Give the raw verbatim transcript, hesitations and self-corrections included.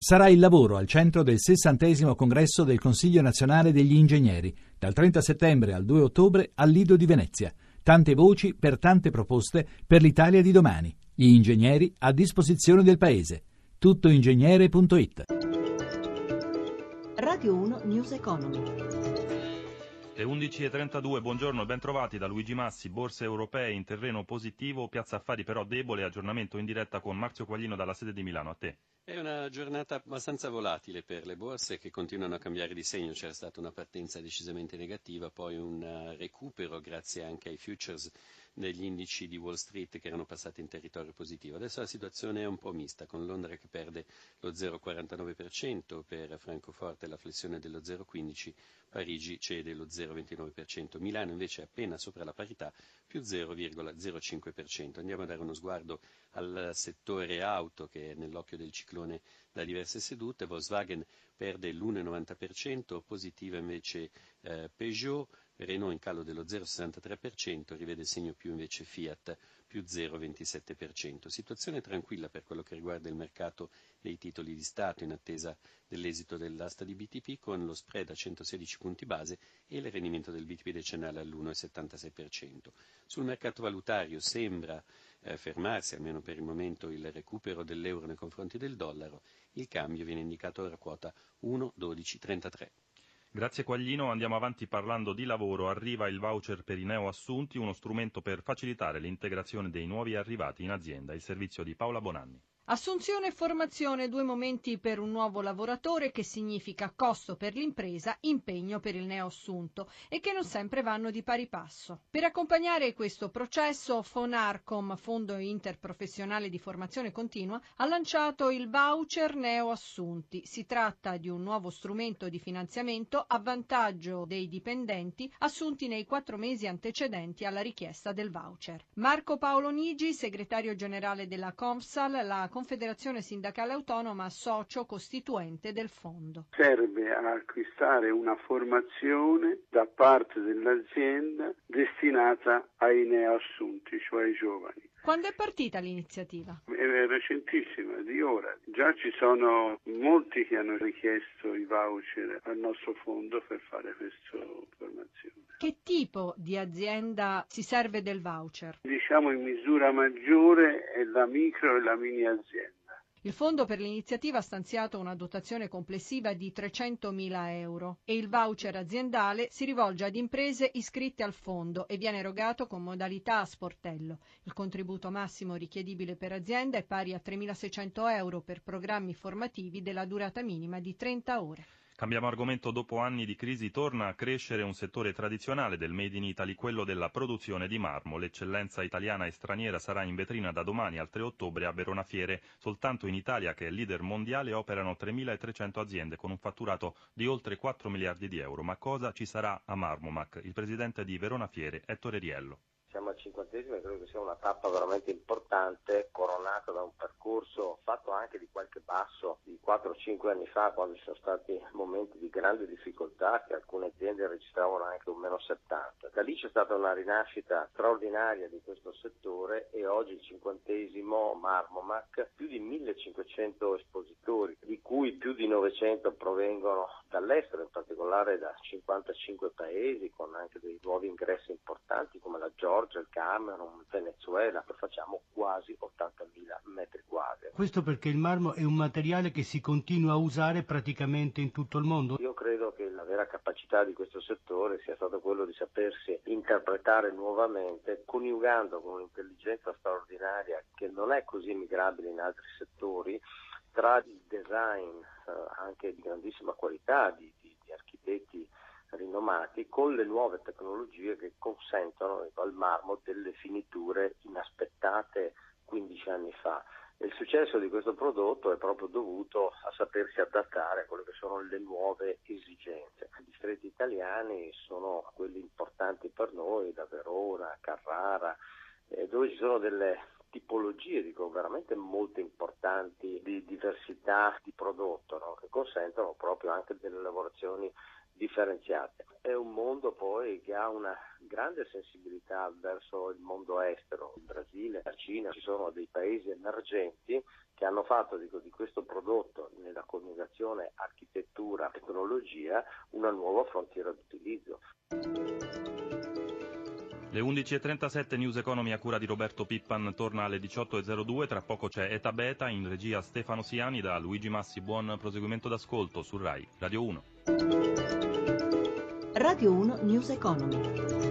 Sarà il lavoro al centro del sessantesimo congresso del Consiglio Nazionale degli Ingegneri, dal trenta settembre al due ottobre al Lido di Venezia. Tante voci per tante proposte per l'Italia di domani. Gli ingegneri a disposizione del Paese. tuttoingegnere punto it. Radio uno News Economy. Le undici e trentadue, buongiorno, ben trovati da Luigi Massi. Borse europee in terreno positivo, Piazza Affari però debole, aggiornamento in diretta con Marzio Quaglino dalla sede di Milano. A te. È una giornata abbastanza volatile per le borse che continuano a cambiare di segno. C'era stata una partenza decisamente negativa, poi un recupero grazie anche ai futures degli indici di Wall Street che erano passati in territorio positivo. Adesso la situazione è un po' mista, con Londra che perde lo zero virgola quarantanove per cento, per Francoforte la flessione dello zero virgola quindici per cento, Parigi cede lo zero virgola ventinove per cento, Milano invece è appena sopra la parità, più zero virgola zero cinque per cento. Andiamo a dare uno sguardo al settore auto che è nell'occhio del ciclone da diverse sedute. Volkswagen perde l'uno virgola novanta per cento, positiva invece eh, Peugeot, Renault in calo dello zero virgola sessantatré per cento, rivede il segno più invece Fiat, più zero virgola ventisette per cento. Situazione tranquilla per quello che riguarda il mercato dei titoli di Stato in attesa dell'esito dell'asta di B T P, con lo spread a centosedici punti base e il rendimento del B T P decennale all'uno virgola settantasei per cento. Sul mercato valutario sembra eh, fermarsi, almeno per il momento, il recupero dell'euro nei confronti del dollaro. Il cambio viene indicato ora a quota uno virgola dodici trentatré. Grazie Quaglino, andiamo avanti parlando di lavoro. Arriva il voucher per i neoassunti, uno strumento per facilitare l'integrazione dei nuovi arrivati in azienda. Il servizio di Paola Bonanni. Assunzione e formazione, due momenti per un nuovo lavoratore, che significa costo per l'impresa, impegno per il neoassunto e che non sempre vanno di pari passo. Per accompagnare questo processo, Fonarcom, Fondo Interprofessionale di Formazione Continua, ha lanciato il voucher neoassunti. Si tratta di un nuovo strumento di finanziamento a vantaggio dei dipendenti assunti nei quattro mesi antecedenti alla richiesta del voucher. Marco Paolo Nigi, segretario generale della Confsal, la Confederazione Sindacale Autonoma, socio costituente del fondo. Serve a acquistare una formazione da parte dell'azienda destinata ai neoassunti, cioè ai giovani. Quando è partita l'iniziativa? È recentissima, di ora. Già ci sono molti che hanno richiesto i voucher al nostro fondo per fare questa formazione. Che tipo di azienda si serve del voucher? Diciamo in misura maggiore è la micro e la mini azienda. Il fondo per l'iniziativa ha stanziato una dotazione complessiva di trecentomila euro e il voucher aziendale si rivolge ad imprese iscritte al fondo e viene erogato con modalità a sportello. Il contributo massimo richiedibile per azienda è pari a tremilaseicento euro per programmi formativi della durata minima di trenta ore. Cambiamo argomento. Dopo anni di crisi torna a crescere un settore tradizionale del Made in Italy, quello della produzione di marmo. L'eccellenza italiana e straniera sarà in vetrina da domani al tre ottobre a Verona Fiere. Soltanto in Italia, che è leader mondiale, operano tremilatrecento aziende con un fatturato di oltre quattro miliardi di euro. Ma cosa ci sarà a Marmomac? Il presidente di Verona Fiere, Ettore Riello. Siamo al cinquantesimo e credo che sia una tappa veramente importante, coronata da un percorso fatto anche di qualche passo di quattro cinque anni fa, quando ci sono stati momenti di grande difficoltà che alcune aziende registravano anche un meno settanta. Da lì c'è stata una rinascita straordinaria di questo settore e oggi il cinquantesimo Marmomac, più di millecinquecento espositori, di cui più di novecento provengono dall'estero, in particolare da cinquantacinque paesi, con anche dei nuovi ingressi importanti come la Georgia, il Camerun, il Venezuela. Facciamo quasi ottantamila metri quadri. Questo perché il marmo è un materiale che si continua a usare praticamente in tutto il mondo? Io credo che la vera capacità di questo settore sia stato quello di sapersi interpretare nuovamente, coniugando con un'intelligenza straordinaria che non è così migrabile in altri settori, tra il design eh, anche di grandissima qualità di, di, di architetti rinomati, con le nuove tecnologie che consentono al marmo delle finiture inaspettate quindici anni fa. E il successo di questo prodotto è proprio dovuto a sapersi adattare a quelle che sono le nuove esigenze. I distretti italiani sono quelli importanti per noi, da Verona, Carrara, eh, dove ci sono delle tipologie, dico veramente molto importanti, di diversità di prodotto, no? Che consentono proprio anche delle lavorazioni differenziate. È un mondo poi che ha una grande sensibilità verso il mondo estero, il Brasile, la Cina. Ci sono dei paesi emergenti che hanno fatto di, di questo prodotto, nella coniugazione architettura tecnologia, una nuova frontiera d'utilizzo. Le undici e trentasette, News Economy a cura di Roberto Pippan torna alle diciotto e zero due, tra poco c'è Eta Beta, in regia Stefano Siani, da Luigi Massi. Buon proseguimento d'ascolto su Rai Radio uno. Radio uno News Economy.